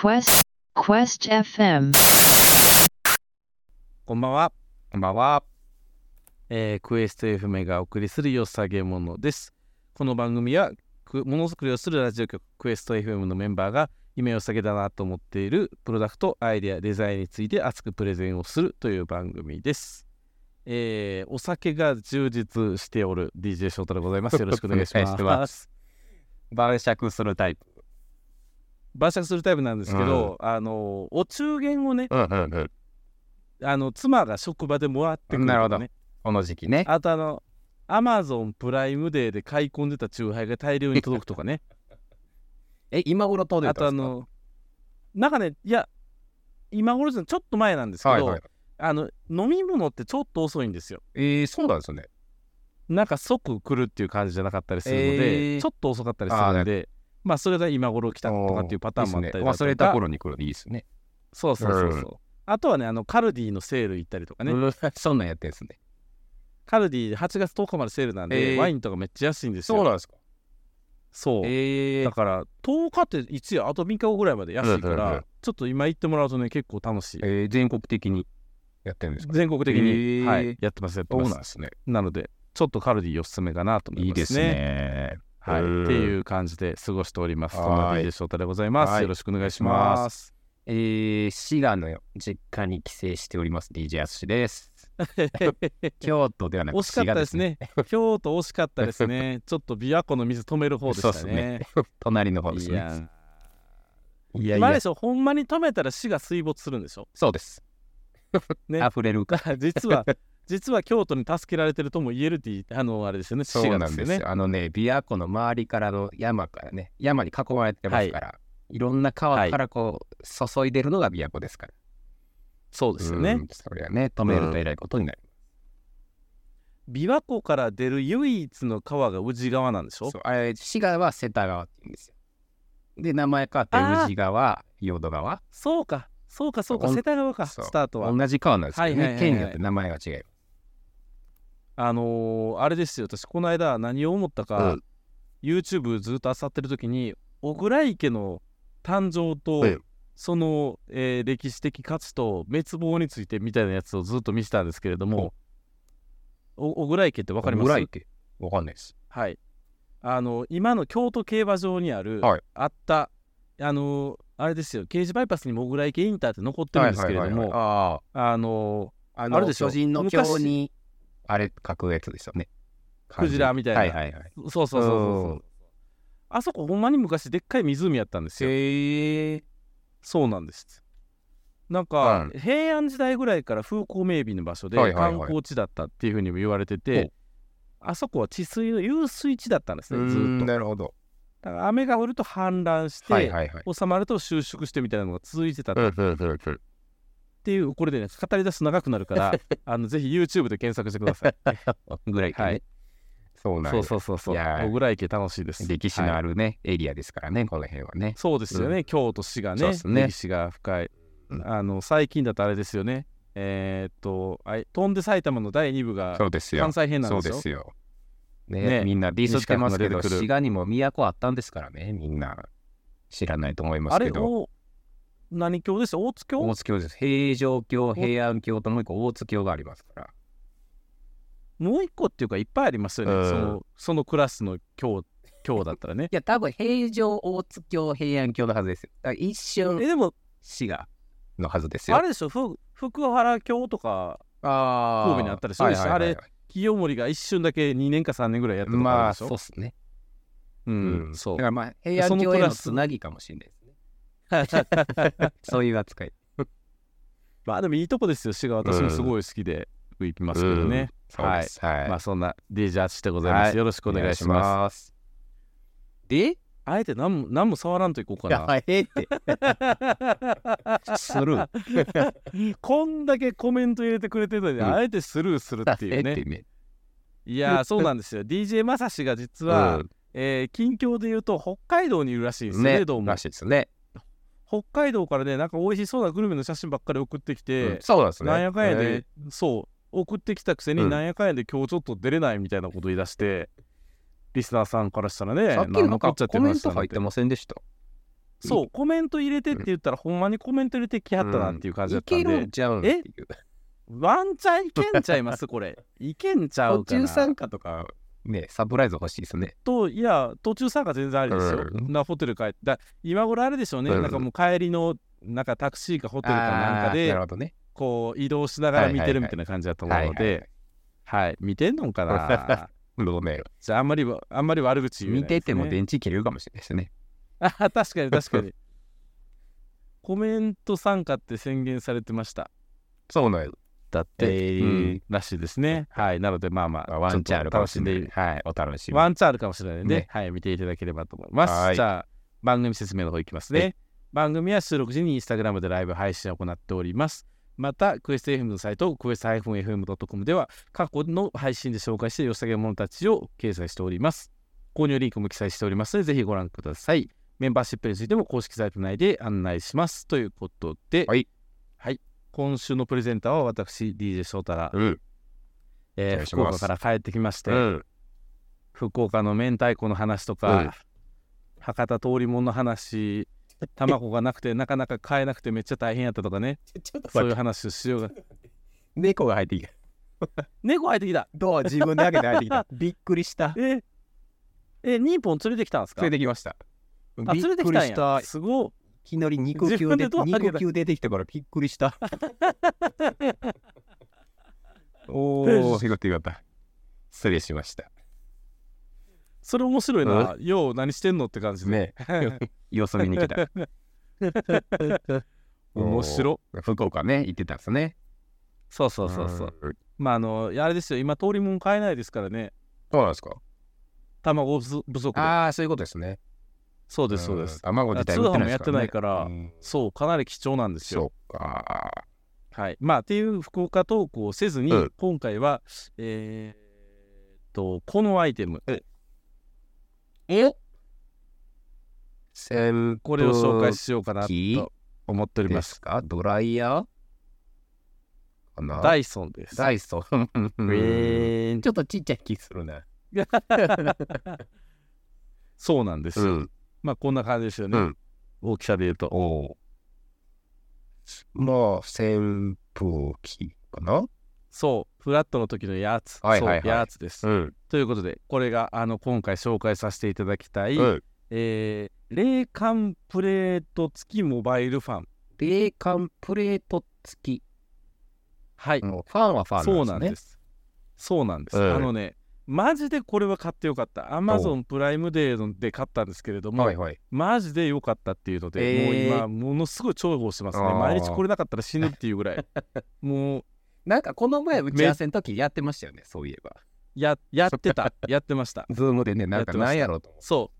Quest FM。 こんばんは。 こんばんは。 クエスト FM がお送りするよさげものです。この番組はものづくりをするラジオ局クエスト FM のメンバーが夢よさげだなと思っているプロダクト、アイデア、デザインについて熱くプレゼンをするという番組です。お酒が充実しておる DJ 翔太でございます。よろしくお願いします。 晩酌するタイプ。 晩酌するタイプなんですけど、お中元をね、妻が職場でもらってくるとかね。 なるほど。この時期ね。 あとAmazon プライムデーで買い込んでたチューハイが大量に届くとかね。 今頃届いたんですか？ あとなんかね、いや今頃じゃちょっと前なんですけど、飲み物ってちょっと遅いんですよ。 そうなんですね。 なんか即来るっていう感じじゃなかったりするので、ちょっと遅かったりするので、まあそれが今頃来たとかっていうパターンもあったりだとか、 忘れた頃に来るのいいですね。 そう、あとはね、カルディのセール行ったりとかね。 そんなんやってんですね。 カルディ8月10日までセールなんで、ワインとかめっちゃ安いんですよ。 そうなんですか。 そう、だから10日っていつや、あと3日後ぐらいまで安いから、ちょっと今行ってもらうとね結構楽しい。 全国的にやってるんですか？ 全国的に、はい、やってます。 そうなんですね。 なのでちょっとカルディおすすめかなと思いますね。 いいですね。 はい、っていう感じで過ごしております。そんな DJ 翔太でございます。よろしくお願いします。 滋賀の実家に帰省しております DJ あすしです。京都ではなく惜しかったですね。京都惜しかったですね。ちょっと琵琶湖の水止める方でしたね。 隣の方ですね。 いやでしょ、ほんまに止めたら滋賀水没するんでしょ。 そうです。 ね、 溢れるか。 実は京都に助けられてるとも言えるってあれですよね。 そうなんですよね。琵琶湖の周りからの山に囲まれてますから、いろんな川からこう注いでるのが琵琶湖ですから。 そうですよね。 それはね、止めるとえらいことになります。 琵琶湖から出る唯一の川が宇治川なんでしょ。 滋賀は瀬田川って言うんですよ。で、名前変わって宇治川、淀川。 そうか、瀬田川か、スタートは。 同じ川なんですけどね、県によって名前が違います。 あれですよ、私この間何を思ったか、YouTube ずっと漁ってる時に小倉池の誕生と、その、歴史的価値と滅亡についてみたいなやつをずっと見せたんですけれども、小倉池って分かります？ 小倉池分かんないです。 はい、今の京都競馬場にある、あったあれですよ、京浜バイパスにも小倉池インターって残ってるんですけれども、あれでしょ、 巨人の京にあれ書くやつですよね。 クジラみたいな。そう。あそこほんまに昔でっかい湖やったんですよ。そうなんです。なんか、平安時代ぐらいから風光明媚の場所で観光地だったっていうふうにも言われてて、あそこは治水の湧水地だったんですね、ずっと。 なるほど。 だから雨が降ると氾濫して、収まると収縮してみたいなのが続いてたっていう、これでね語り出すと長くなるからぜひ YouTube で検索してください。 ぐらいかね。そうなんです。 そう。小倉池楽しいです。 歴史のあるね、エリアですからね、この辺はね。 そうですよね、京都市がね、歴史が深い。最近だとあれですよね。飛んで埼玉の第2部が関西編なんですよ。 そうですよ。ね、みんなディスってますけど、滋賀にも都あったんですからね、みんな知らないと思いますけど。 何京です？大津京？ 大津京です。平城京、平安京ともう一個大津京がありますから。 もう一個っていうかいっぱいありますよね。そのクラスの京だったらね。 いや、多分平城、大津京、平安京のはずですよ。だから一瞬でも滋賀のはずですよ。 あれでしょ、福原京とか神戸にあったりするでしょ。あれ清盛が一瞬だけ2年か3年ぐらいやったとかあるでしょ。 そうっすね。 そう。 だから平安京へのつなぎかもしれないですね。そういう扱い。 でもいいとこですよ、滋賀。私もすごい好きで行きますけどね。はい。そんな DJ あつしでございます。よろしくお願いします。で、あえて何も触らんといこうかな。 ってスルーこんだけコメント入れてくれてるのに、あえてスルーするっていうね。いやそうなんですよ。DJ まさしが実は、近況で言うと北海道にいるらしいですね。どうもらしいですね。 北海道からね、なんか美味しそうなグルメの写真ばっかり送ってきて、 そうなんですね。 なんやかんやで、送ってきたくせになんやかんやで今日ちょっと出れないみたいなこと言い出して、リスナーさんからしたらね、 さっきなんかコメント入ってませんでした。 そうコメント入れてって言ったら、ほんまにコメント入れてきはったなっていう感じだったんで、 いけるんちゃうんっていう。 ワンチャンいけんちゃいますこれ。いけんちゃうかな。 途中参加とかね、サプライズ欲しいですね。 いや途中参加全然ありですよ。ホテル帰って今頃あれでしょうね、なんかもう帰りのなんかタクシーかホテルかなんかで、 なるほどね、 こう移動しながら見てるみたいな感じだと思うので、はい見てんのかな。 どうね。 じゃああんまり悪口言う、ね、 見てても電池切れるかもしれないですね。 確かにコメント参加って宣言されてました。 そうなんだって、らしいですね。はい。なのでワンチャンあるかもしれない。 はい。お楽しみ。 ワンチャンあるかもしれないので、はい。見ていただければと思います。じゃあ、番組説明の方いきますね。番組は収録時にインスタグラムでライブ配信を行っております。また、クエスト FM のサイト、クエスト -fm.com では、過去の配信で紹介して良さげなものたちを掲載しております。購入リンクも記載しておりますので、ぜひご覧ください。メンバーシップについても公式サイト内で案内します。ということで、はい。今週のプレゼンターは私、DJ 翔太が、福岡から帰ってきまして、福岡の明太子の話とか、博多通りもんの話、卵がなくてなかなか買えなくてめっちゃ大変やったとかね、そういう話をしようが。 猫が入ってきた。 猫入ってきた。 ドア自分で開けて入ってきた。びっくりした。 ニーポン連れてきたんですか？ 連れてきました。 連れてきたんや。すごい。 いきなり肉球出てきたからびっくりした。おー、よかった。失礼しました。 それ面白いな。よう、何してんのって感じで。 ね。様子見に来た。 面白。 福岡ね、行ってたんですね。 そう。まあ、あれですよ、今、通りもん買えないですからね。 そうなんですか。 卵不足で。 ああ、そういうことですね。 そうです。 卵自体売ってないですからね。 通販もやってないから、そう、かなり貴重なんですよ。 そうか。 はい。まあ、っていう福岡トークをせずに、今回は、このアイテム。これを紹介しようかなと思っております。 ドライヤーかな？ ダイソンです。 ダイソン。ちょっとちっちゃい気するな。 そうなんですよ。まあこんな感じですよね。大きさで言うと。 まあ扇風機かな？ そう、フラットの時のやつ。やつです。ということで、これが今回紹介させていただきたい、冷感プレート付きモバイルファン。 冷感プレート付き。 はい。 ファンはファンなんですね。 そうなんです。マジでこれは買ってよかった。Amazon プライムデーで買ったんですけれども、マジでよかったっていうので、もう今ものすごい重宝してますね。毎日これなかったら死ぬっていうぐらい。もうなんかこの前打ち合わせの時やってましたよね、そういえば。 やってました。 ズームでね、なんかなんやろうと思って。 そう。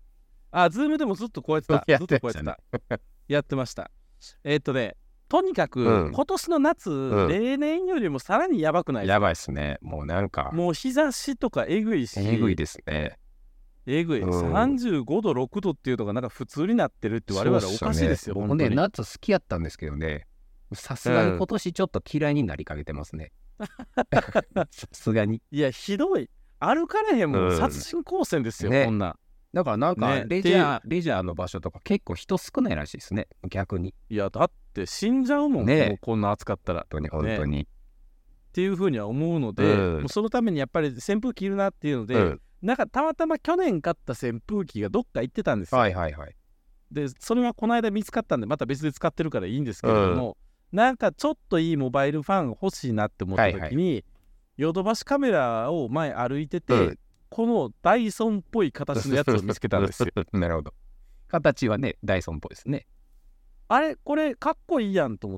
ズームでもずっとこうやってた。やってました。とにかく、今年の夏、例年よりもさらにやばくないですか？ やばいっすね。もうなんか。 もう日差しとかえぐいし。 えぐいですね。 えぐい。35度、6度っていうのがなんか普通になってるって我々はおかしいですよ。 僕ね、夏好きやったんですけどね、さすがに今年ちょっと嫌いになりかけてますね。さすがに。 いや、ひどい。歩かれへんもん。殺人光線ですよ、こんな。 だからなんかレジャーの場所とか結構人少ないらしいですね、逆に。 いや、だって死んじゃうもん、もうこんな暑かったら。 本当に。 っていうふうには思うので、もうそのためにやっぱり扇風機いるなっていうので、なんかたまたま去年買った扇風機がどっか行ってたんですよ。で、それはこの間見つかったんで、また別で使ってるからいいんですけれども、なんかちょっといいモバイルファン欲しいなって思った時に、ヨドバシカメラを前歩いてて、このダイソンっぽい形のやつを見つけたんですよ。 なるほど。形はね、ダイソンっぽいですね。 あれこれかっこいいやんと思って、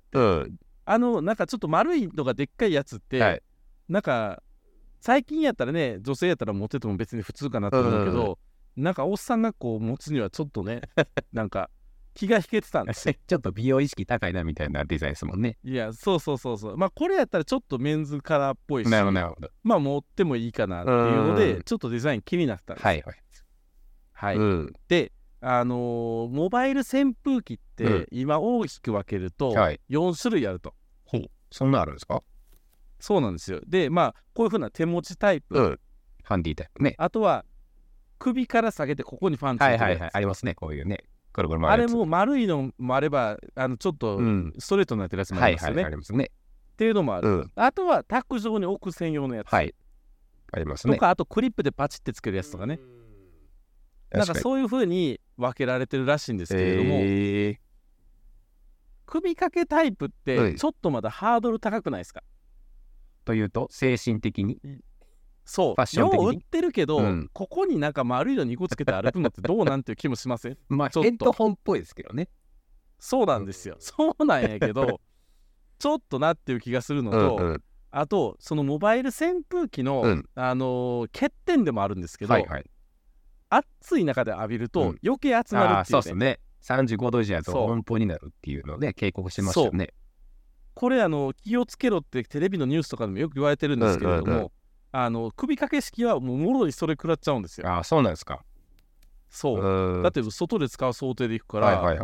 なんかちょっと丸いのがでっかいやつって、なんか最近やったらね、女性やったら持ってても別に普通かなと思うけど、なんかおっさんがこう持つにはちょっとね、なんか気が引けてたんですよ。 ちょっと美容意識高いなみたいなデザインですもんね。 いや、そう。まあこれやったらちょっとメンズカラーっぽいし、 なるほど。 まあ持ってもいいかなっていうので、ちょっとデザイン気になったんです。で、モバイル扇風機って今大きく分けると4種類あると。 そんなあるんですか？ そうなんですよ。で、まあこういうふうな手持ちタイプ、 ハンディタイプね。 あとは首から下げてここにファンついてるやつ。 ありますね、こういうね。 くるくる回あるやつ。 れも丸いのもあれば、ちょっとストレートになってるやつもありますよね。 ありますね。 っていうのもある。あとはタック上に置く専用のやつ。 ありますね。 とか、あとクリップでパチってつけるやつとかね。なんかそういう風に分けられてるらしいんですけれども、首掛けタイプってちょっとまだハードル高くないですか？ というと、精神的にそう、 ファッション的によう売ってるけど、ここになんか丸いの2個つけて歩くのってどうなんていう気もしません？ まあヘッドホンっぽいですけどね。 そうなんですよ。そうなんやけどちょっとなっていう気がするのと、あとそのモバイル扇風機の、欠点でもあるんですけど、暑い中で浴びると余計熱なるっていうね。 そうですね。35度以上やと温風になるっていうので警告してましたよね。 これ気をつけろってテレビのニュースとかでもよく言われてるんですけれども、首掛け式はもうもろにそれ食らっちゃうんですよ。 そうなんですか。 そうだって外で使う想定でいくから、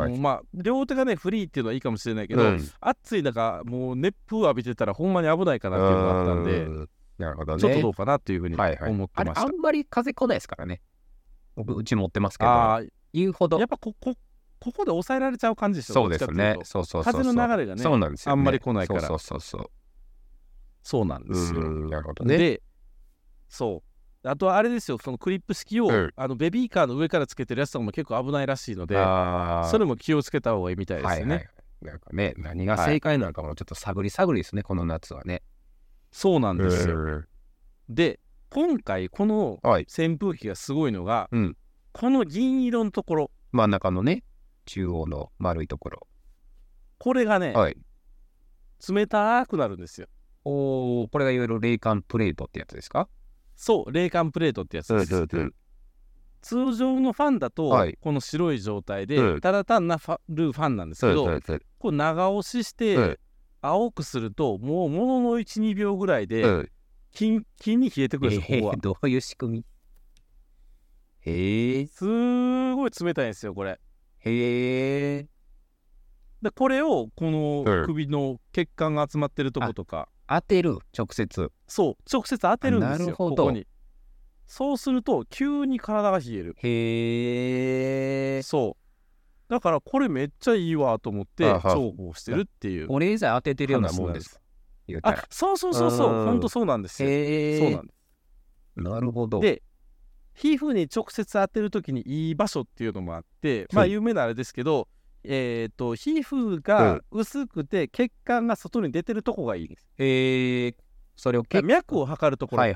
もうまあ両手がねフリーっていうのはいいかもしれないけど、暑い中もう熱風浴びてたらほんまに危ないかなっていうのがあったんで、 なるほどね、 ちょっとどうかなっていうふうに思ってました。 あんまり風来ないですからね。うち持ってますけど、言うほどやっぱここで抑えられちゃう感じでしょ。 そうですね。 風の流れがね、 そうなんですよ、 あんまり来ないから。そうなんですよ。 なるほどね。 で、あとはあれですよ、そのクリップ式を、ベビーカーの上からつけてるやつとかも結構危ないらしいので、それも気をつけた方がいいみたいですね。 なんかね、何が正解なのかもちょっと探りですね、この夏はね。 そうなんですよ。で、今回この扇風機がすごいのが、この銀色のところ、 真ん中のね、中央の丸いところ、 これがね、冷たくなるんですよ。 これがいわゆる冷感プレートってやつですか？ そう、冷感プレートってやつです。通常のファンだと、この白い状態で、ただ単なファンなんですけど、これ長押しして青くすると、もうものの 1,2 秒ぐらいでキンキンに冷えてくるんですよ、ここは。 どういう仕組み？ すごい冷たいんですよ、これ。でこれをこの首の血管が集まってるとことか、 当てる、直接。 そう、直接当てるんですよ、 なるほど。 ここに。そうすると急に体が冷える。そうだからこれめっちゃいいわと思って重宝してるっていう。 保冷剤当ててるようなもんです。 そうほんとそうなんですよ。そうなんです。 なるほど。 で皮膚に直接当てるときにいい場所っていうのもあって、まあ有名なあれですけど、皮膚が薄くて血管が外に出てるとこがいいです。 それを脈を測るところ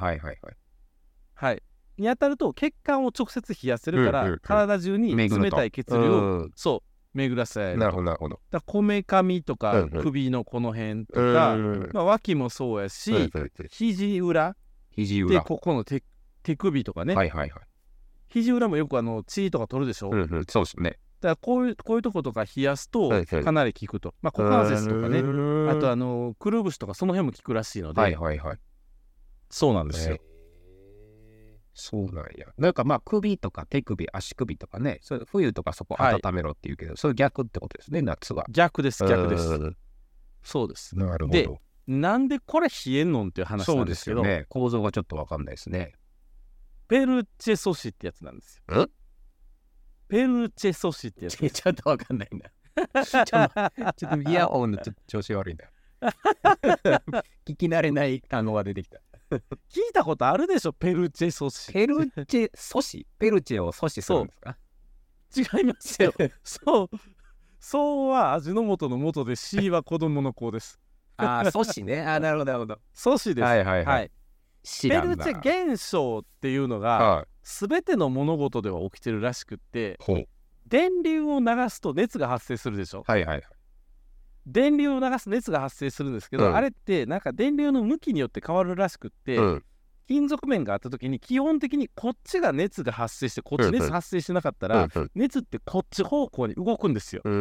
に当たると血管を直接冷やせるから、体中に冷たい血流を巡らせられる。 なるほど。 だこめかみとか首のこの辺とか、脇もそうやし、肘裏でここの手首とかね、肘裏もよく血とか取るでしょ。 そうですね。 だからこういうとことか冷やすとかなり効くと。股関節とかね、あとくるぶしとかその辺も効くらしいので、そうなんですよ。 そうなんや。なんか首とか手首、足首とかね、冬とかそこ温めろって言うけど、それ逆ってことですね、夏は。 逆です。そうです。 なるほど。 で、なんでこれ冷えんのんっていう話なんですけど、 構造がちょっとわかんないですね。 ペルチェ素子ってやつなんですよ。ペルチェ素子ってやつ。 ちょっとわかんないな。ちょっとイヤホンの調子悪いんだ。聞き慣れない単語が出てきた。 聞いたことあるでしょ、ペルチェ素子。 ペルチェ素子？ペルチェを阻止するんですか？ 違いますよ。そうは味の素の素で C は子供の子です。 阻止ね。なるほど。 阻止です。 はい。 ペルチェ現象っていうのが全ての物事では起きてるらしくって、電流を流すと熱が発生するでしょ。電流を流す熱が発生するんですけど、あれってなんか電流の向きによって変わるらしくって、金属面があった時に基本的にこっちが熱が発生してこっち熱発生してなかったら、熱ってこっち方向に動くんですよ。だ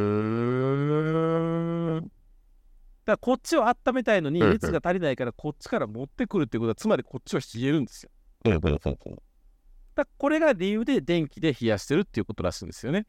からこっちを温めたいのに熱が足りないからこっちから持ってくるっていうことは、つまりこっちは冷えるんですよ。だこれが理由で電気で冷やしてるっていうことらしいんですよね。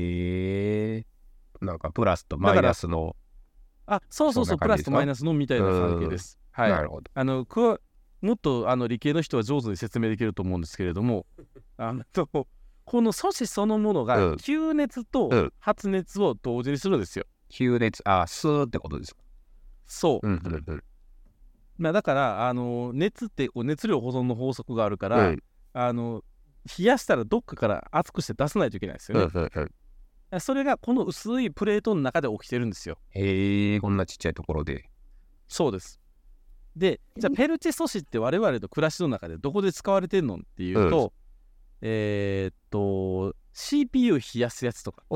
なんかプラスとマイナスの。 そうプラスとマイナスのみたいな関係です。 なるほど。 もっと理系の人は上手に説明できると思うんですけれども、ここの素子そのものが吸熱と発熱を同時にするんですよ。 吸熱、スーってことですか。 そう。まあ、だから熱ってこう熱量保存の法則があるから、冷やしたらどっかから熱くして出さないといけないですよね。それがこの薄いプレートの中で起きてるんですよ。 こんなちっちゃいところで。 そうです。で、じゃあペルチェ素子って我々の暮らしの中でどこで使われてるのっていうと、CPU 冷やすやつとか。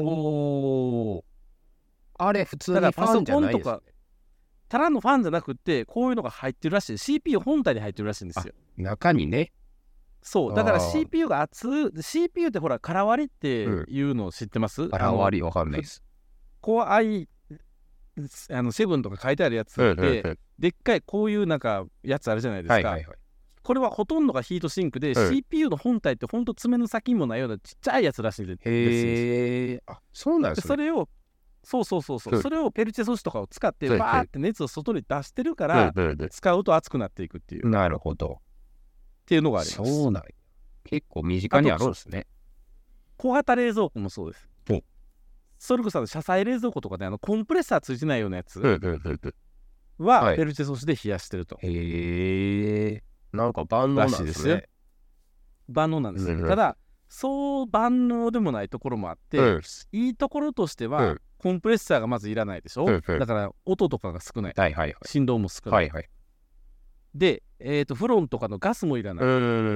あれ普通にファンじゃないですね。 ただのファンじゃなくてこういうのが入ってるらしい。 CPU 本体に入ってるらしいんですよ。 中にね。 そうだから CPU がCPU ってほら空割りっていうのを知ってます？ 空割りわかんないです。 こうセブンとか書いてあるやつで、でっかいこういうなんかやつあるじゃないですか。これはほとんどがヒートシンクで、CPU の本体ってほんと爪の先にもないようなちっちゃいやつらしいんです。 そうなんですね。 それをそれをペルチェ素子とかを使ってバーって熱を外に出してるから、使うと熱くなっていくっていう。 なるほど。 っていうのがあります。 そうなんや。結構身近にあるんですね。 小型冷蔵庫もそうです。それこそ車載冷蔵庫とかでコンプレッサーついてないようなやつはペルチェ素子で冷やしてると。 なんか万能なんですね。 万能なんです。ただそう万能でもないところもあって、いいところとしては、コンプレッサーがまずいらないでしょ。だから音とかが少ない。振動も少ない。で、フロンとかのガスもいらない。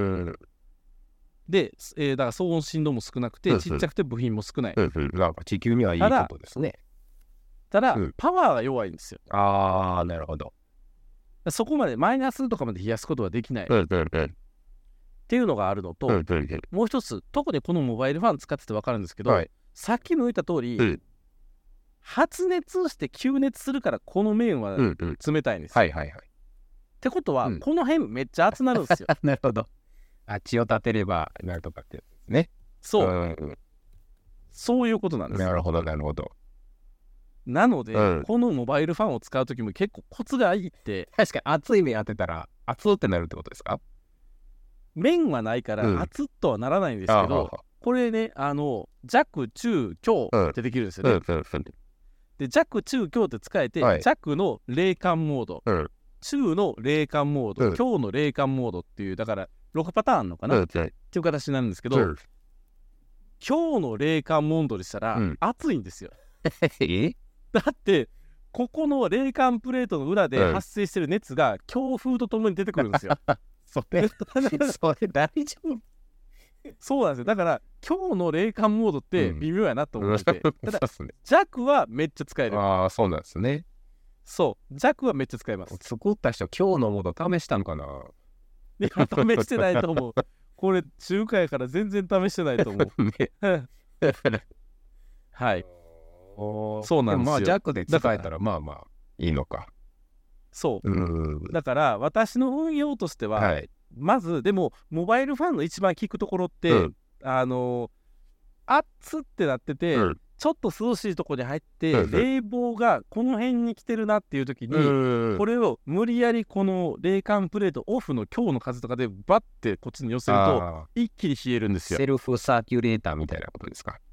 で、だから騒音振動も少なくて、ちっちゃくて部品も少ない。 なんか地球にはいいことですね。 ただ、パワーが弱いんですよ。 なるほど。 そこまでマイナスとかまで冷やすことはできない。っていうのがあるのと、もう一つ、特にこのモバイルファン使ってて分かるんですけど、さっきも言った通り、発熱して吸熱するからこの面は冷たいんですよ。ってことは、この辺めっちゃ熱なるんですよ。 なるほど。血を立てればなるとかってやつですね。 そういうことなんですよ。 なるほど。 なので、このモバイルファンを使うときも結構コツがいいって。 確かに熱い面当てたら熱ってなるってことですか？ 面はないから熱っとはならないんですけど、これね弱中強ってできるんですよね。で弱中強って使えて、弱の冷感モード、中の冷感モード、強の冷感モードっていう、だから6パターンあるのかな、っていう形になるんですけど、強の冷感モードにしたら熱いんですよ。だってここの冷感プレートの裏で発生してる熱が強風とともに出てくるんですよ。 それ大丈夫？ そうなんですよ。だから今日の冷感モードって微妙やなと思ってて、ただ弱はめっちゃ使える。 そうなんですね。 弱はめっちゃ使えます。 作った人今日のモード試したのかな？ いや試してないと思う。これ中華やから全然試してないと思う。はい。そうなんですよ。 弱で使えたらまあまあいいのか。 だから私の運用としては、まずでもモバイルファンの一番効くところって、熱ってなってて、ちょっと涼しいところに入って、冷房がこの辺に来てるなっていう時に、これを無理やりこの冷感プレートオフの強の風とかでバッてこっちに寄せると一気に冷えるんですよ。 セルフサーキュレーターみたいなことですか？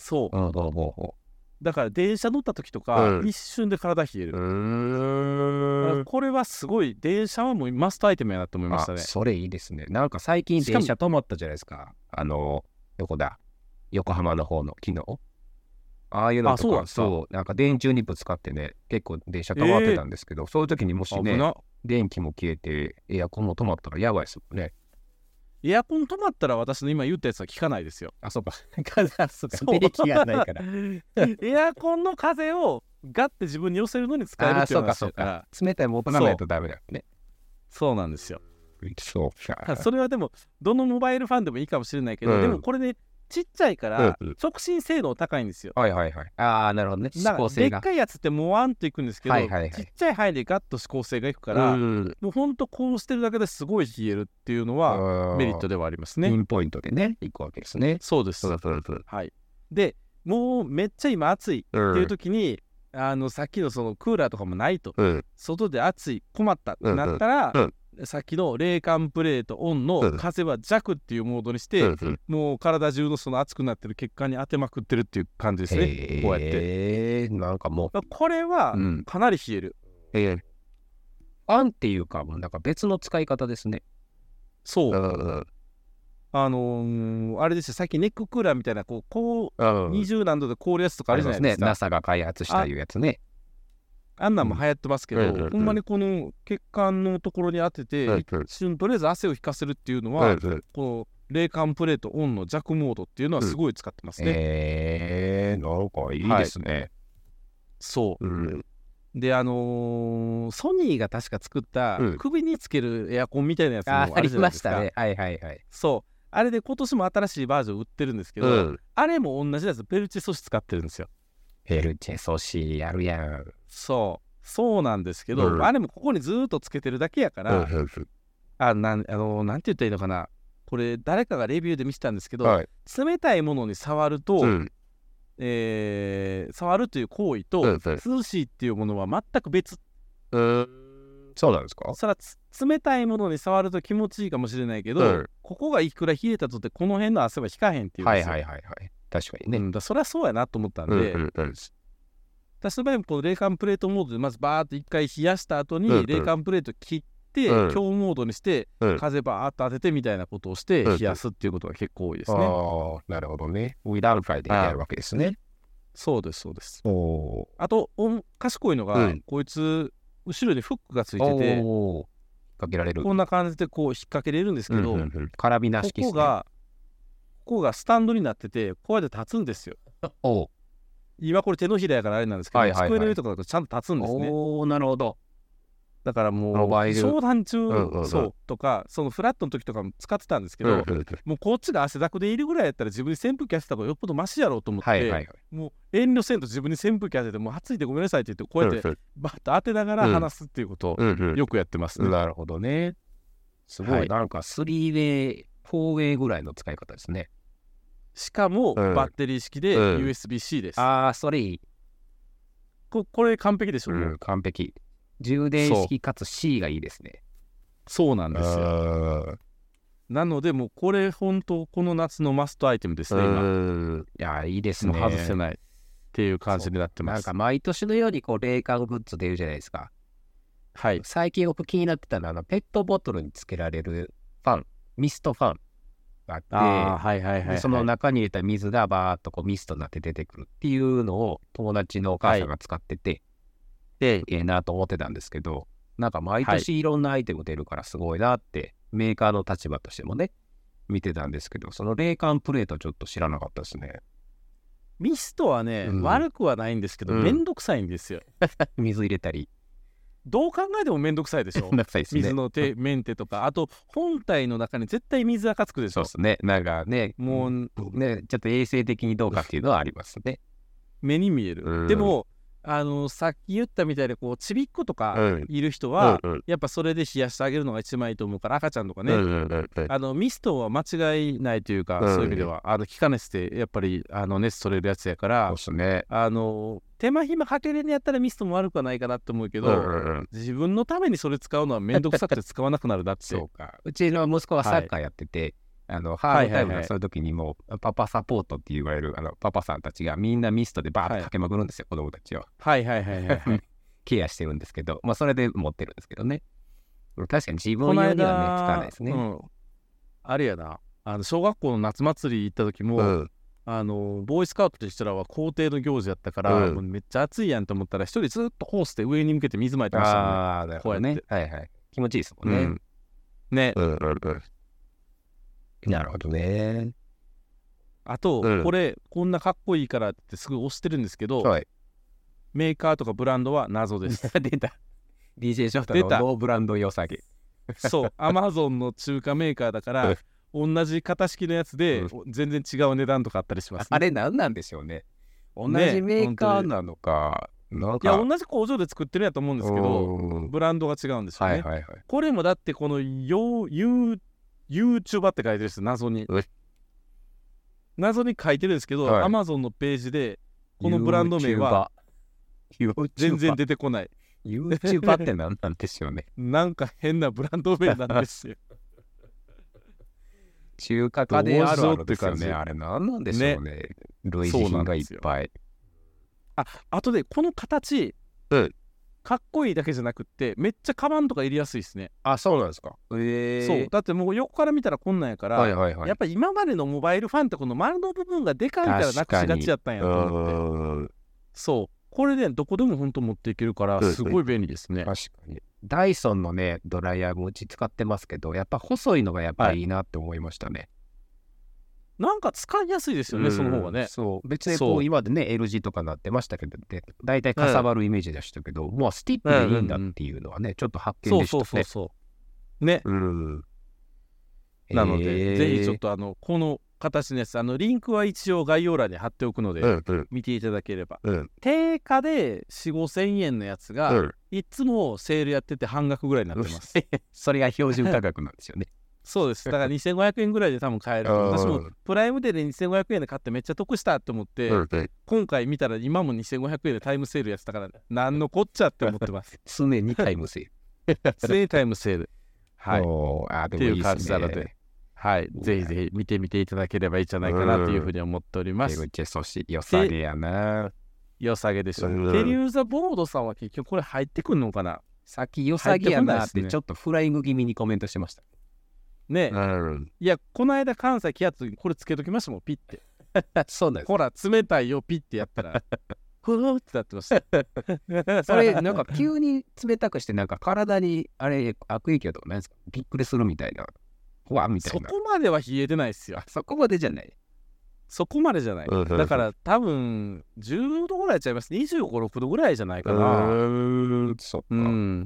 だから電車乗った時とか、一瞬で体冷える。これはすごい、電車はもうマストアイテムやなと思いましたね。 それいいですね。なんか最近電車止まったじゃないですか。どこだ、横浜の方の昨日。ああいうのとか、なんか電柱にぶつかってね、結構電車止まってたんですけど、そういう時にもしね、電気も消えてエアコンも止まったらやばいですもんね。 エアコン止まったら私の今言ったやつは効かないですよ。 そうか。電気がないから。 エアコンの風をガッて自分に寄せるのに使えるっていう話だから。 冷たいもの持たないとダメだね。 そうなんですよ。それはでもどのモバイルファンでもいいかもしれないけど、でもこれねちっちゃいから直進性能高いんですよ。 なるほどね。 だからでっかいやつってもわんといくんですけど、ちっちゃい範囲でガッと指向性がいくから、もうほんとこうしてるだけですごい冷えるっていうのはメリットではありますね。 ピンポイントでね、いくわけですね。 そうです。はい。でもうめっちゃ今暑いっていう時に、さっきのそのクーラーとかもないと、外で暑い困ったってなったら、 さっきの冷感プレートオンの風は弱っていうモードにして、もう体中のその熱くなってる血管に当てまくってるっていう感じですね。こうやって。 なんかもう。 これはかなり冷える。 ファンっていうか、なんか別の使い方ですね。 そう。あれですよ、最近ネッククーラーみたいな、20何度で凍るやつとかあるじゃないですか。 NASA が開発したいうやつね。 あんなんも流行ってますけど、ほんまにこの血管のところに当てて、一瞬とりあえず汗を引かせるっていうのは、この冷感プレートオンの弱モードっていうのはすごい使ってますね。 なんかいいですね。 そう。で、ソニーが確か作った首につけるエアコンみたいなやつもあるじゃないですか。 ありましたね。はい。 そう。あれで今年も新しいバージョン売ってるんですけど、あれも同じやつ、ペルチェ素子使ってるんですよ。 ペルチェ素子やるやん。 そうなんですけど、あれもここにずっとつけてるだけやから、なんて言ったらいいのかな、これ誰かがレビューで見せたんですけど、冷たいものに触ると、触るという行為と涼しいっていうものは全く別。 そうなんですか？ それは冷たいものに触ると気持ちいいかもしれないけど、ここがいくら冷えたとってこの辺の汗は引かへんっていうんですよ。 確かにね。 それはそうやなと思ったんで、私の場合もこの冷感プレートモードでまずバーッと一回冷やした後に冷感プレート切って強モードにして風バーッと当ててみたいなことをして冷やすっていうことが結構多いですね。 なるほどね。ウィダウンフライでやるわけですね。 そうです。あと賢いのが、こいつ後ろにフックがついてて引っ掛けられる。 こんな感じでこう引っ掛けれるんですけど、 カラビナ式ですね。 ここがスタンドになっててこうやって立つんですよ。今これ手のひらやからあれなんですけど、机の上とかだとちゃんと立つんですね。 なるほど。 だからもう商談中とかそのフラットの時とかも使ってたんですけど、もうこっちが汗だくでいるぐらいやったら自分に扇風機当てた方がよっぽどマシやろうと思って、もう遠慮せんと自分に扇風機当ててもう暑いでごめんなさいって言ってこうやってバッと当てながら話すっていうことをよくやってますね。 なるほどね。すごい、なんか 3way、4way ぐらいの使い方ですね。 しかもバッテリー式で USB-C です。 それいい。 これ完璧でしょ。 完璧。充電式かつ C がいいですね。 そうなんですよ。なのでもうこれ本当この夏のマストアイテムですね今。 いやいいですね。 外せないっていう感じになってます。 なんか毎年のようにこう冷感グッズ出るじゃないですか。最近僕気になってたのはペットボトルにつけられるファン、ミストファンがあって、その中に入れた水がバーッとこうミストになって出てくるっていうのを友達のお母さんが使ってて、でなと思ってたんですけど、なんか毎年いろんなアイテム出るからすごいなってメーカーの立場としてもね見てたんですけど、その冷感プレートちょっと知らなかったですね。 ミストはね、悪くはないんですけどめんどくさいんですよ。 水入れたりどう考えてもめんどくさいでしょ。水のメンテとか、あと本体の中に絶対水垢つくでしょ。 そうですね。なんかね、もうね、ちょっと衛生的にどうかっていうのはありますね。 目に見える。でもさっき言ったみたいでこうちびっ子とかいる人は、やっぱそれで冷やしてあげるのが一番いいと思うから、赤ちゃんとかね、ミストは間違いないというか、そういう意味では気化熱でやっぱり熱取れるやつやから、手間暇かけるんやったらミストも悪くはないかなって思うけど、自分のためにそれ使うのはめんどくさくて使わなくなるだって。 そうか。うちの息子はサッカーやってて、ハードタイムのそういう時にもパパサポートって言われるパパさんたちがみんなミストでバーッとかけまくるんですよ、子供たちを。ケアしてるんですけど、それで持ってるんですけどね。確かに自分用にはね、使わないですね。 あれやな、小学校の夏祭り行った時も、ボーイスカウトとしてらは校庭の行事やったから、もうめっちゃ暑いやんと思ったら、一人ずっとホースで上に向けて水まいてましたね。こうやって。 気持ちいいですもんね。なるほどね。 あと、こんなかっこいいからってすぐ押してるんですけど、メーカーとかブランドは謎です。 出た。DJ ショフトのノーブランド良さげ。 そう、アマゾンの中華メーカーだから、同じ型式のやつで全然違う値段とかあったりします、ね。 あれ何なんでしょうね。同じメーカーなのか。 いや同じ工場で作ってるんやと思うんですけど、ブランドが違うんですよね。これもだってこのYouTuber って書いてるんですよ、謎に書いてるんですけど、Amazon のページでこのブランド名は全然出てこない。 YouTuber って何なんでしょうね。 なんか変なブランド名なんですよ。 中華家電あるあるですよね。 どうしようって感じあれ何なんでしょうね。類似品がいっぱい。 あとでこの形、かっこいいだけじゃなくってめっちゃカバンとか入れやすいですね。 あ、そうなんですか。 そうだってもう横から見たらこんなんやから、やっぱり今までのモバイルファンってこの丸の部分がでかいからなくしがちやったんやと思って。そうこれでどこでも本当持っていけるからすごい便利ですね。 確かに。ダイソンのねドライヤーもうち使ってますけど、やっぱ細いのがやっぱいいなって思いましたね。 なんか使いやすいですよね、その方がね。 そう別にこう今でね LG とかなってましたけど、だいたいかさばるイメージでしたけど、もうスティップでいいんだっていうのはね、ちょっと発見でしたね。 そうね。なので、ぜひちょっとこの形のやつ、リンクは一応概要欄に貼っておくので、見ていただければ。定価で4、5千円のやつが、いつもセールやってて半額ぐらいになってます。 それが標準価格なんですよね。 そうです。だから2500円ぐらいで多分買える。私もプライムデーで2500円で買ってめっちゃ得したって思って、今回見たら今も2500円でタイムセールやってたから、なんのこっちゃって思ってます。 常にタイムセール。 常にタイムセール。はい。っていう感じなので、はい。ぜひぜひ見てみていただければいいんじゃないかなというふうに思っております。 手口そし良さげやな。 良さげでしょ。テリューザボードさんは結局これ入ってくるのかな。 さっき良さげやなってちょっとフライング気味にコメントしてました。 ね、いやこの間関西来やった時これつけときましたもん、ピッて。 そうなんです。 ほら冷たいよピッてやったらふーってなってました。 それなんか急に冷たくしてなんか体にあれ悪影響とかないですか？びっくりするみたいな。ほわみたいな。 そこまでは冷えてないですよ。 そこまでじゃない。 そこまでじゃない。だから多分10度ぐらいちゃいます。25、6度ぐらいじゃないかな。 そう。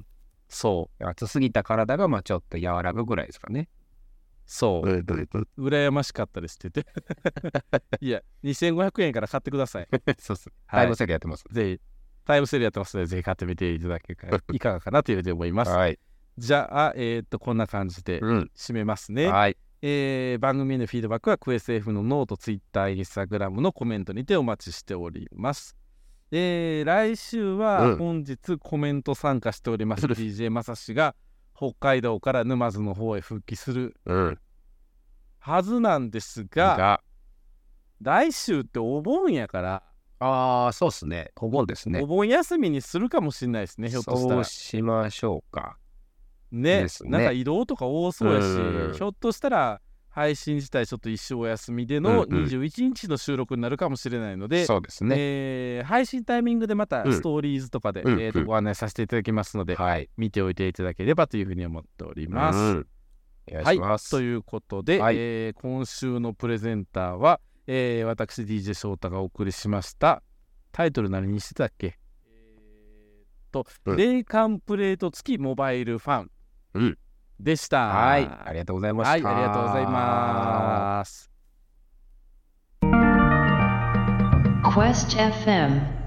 そう。 暑すぎた体がまあちょっと和らぐぐらいですかね。 そう。羨ましかったですって言って。いや、2500円から買ってください。 そうっす。タイムセールやってます。 ぜひ、タイムセールやってますので、ぜひ買ってみていただけたらいかがかなというふうに思います。 はい。 じゃあ、こんな感じで締めますね。 はい。 番組へのフィードバックはクエス F のノート、ツイッター、インスタグラムのコメントにてお待ちしております。来週は本日コメント参加しております、DJ まさしが北海道から沼津の方へ復帰するはずなんですが、来週ってお盆やから。 ああ、そうっすね。お盆ですね。 お盆休みにするかもしれないですね、ひょっとしたら。 そうしましょうか。 ね、なんか移動とか多そうやし、ひょっとしたら配信自体ちょっと一生お休みでの21日の収録になるかもしれないので、 そうですね。 配信タイミングでまたストーリーズとかで、ご案内させていただきますので、見ておいていただければというふうに思っております。 お願いします。 ということで、今週のプレゼンターは、私 DJ 翔太がお送りしました。タイトル何にしてたっけ？冷感プレート付きモバイルファンでした。 はい、ありがとうございました。 はい、ありがとうございます。 Quest FM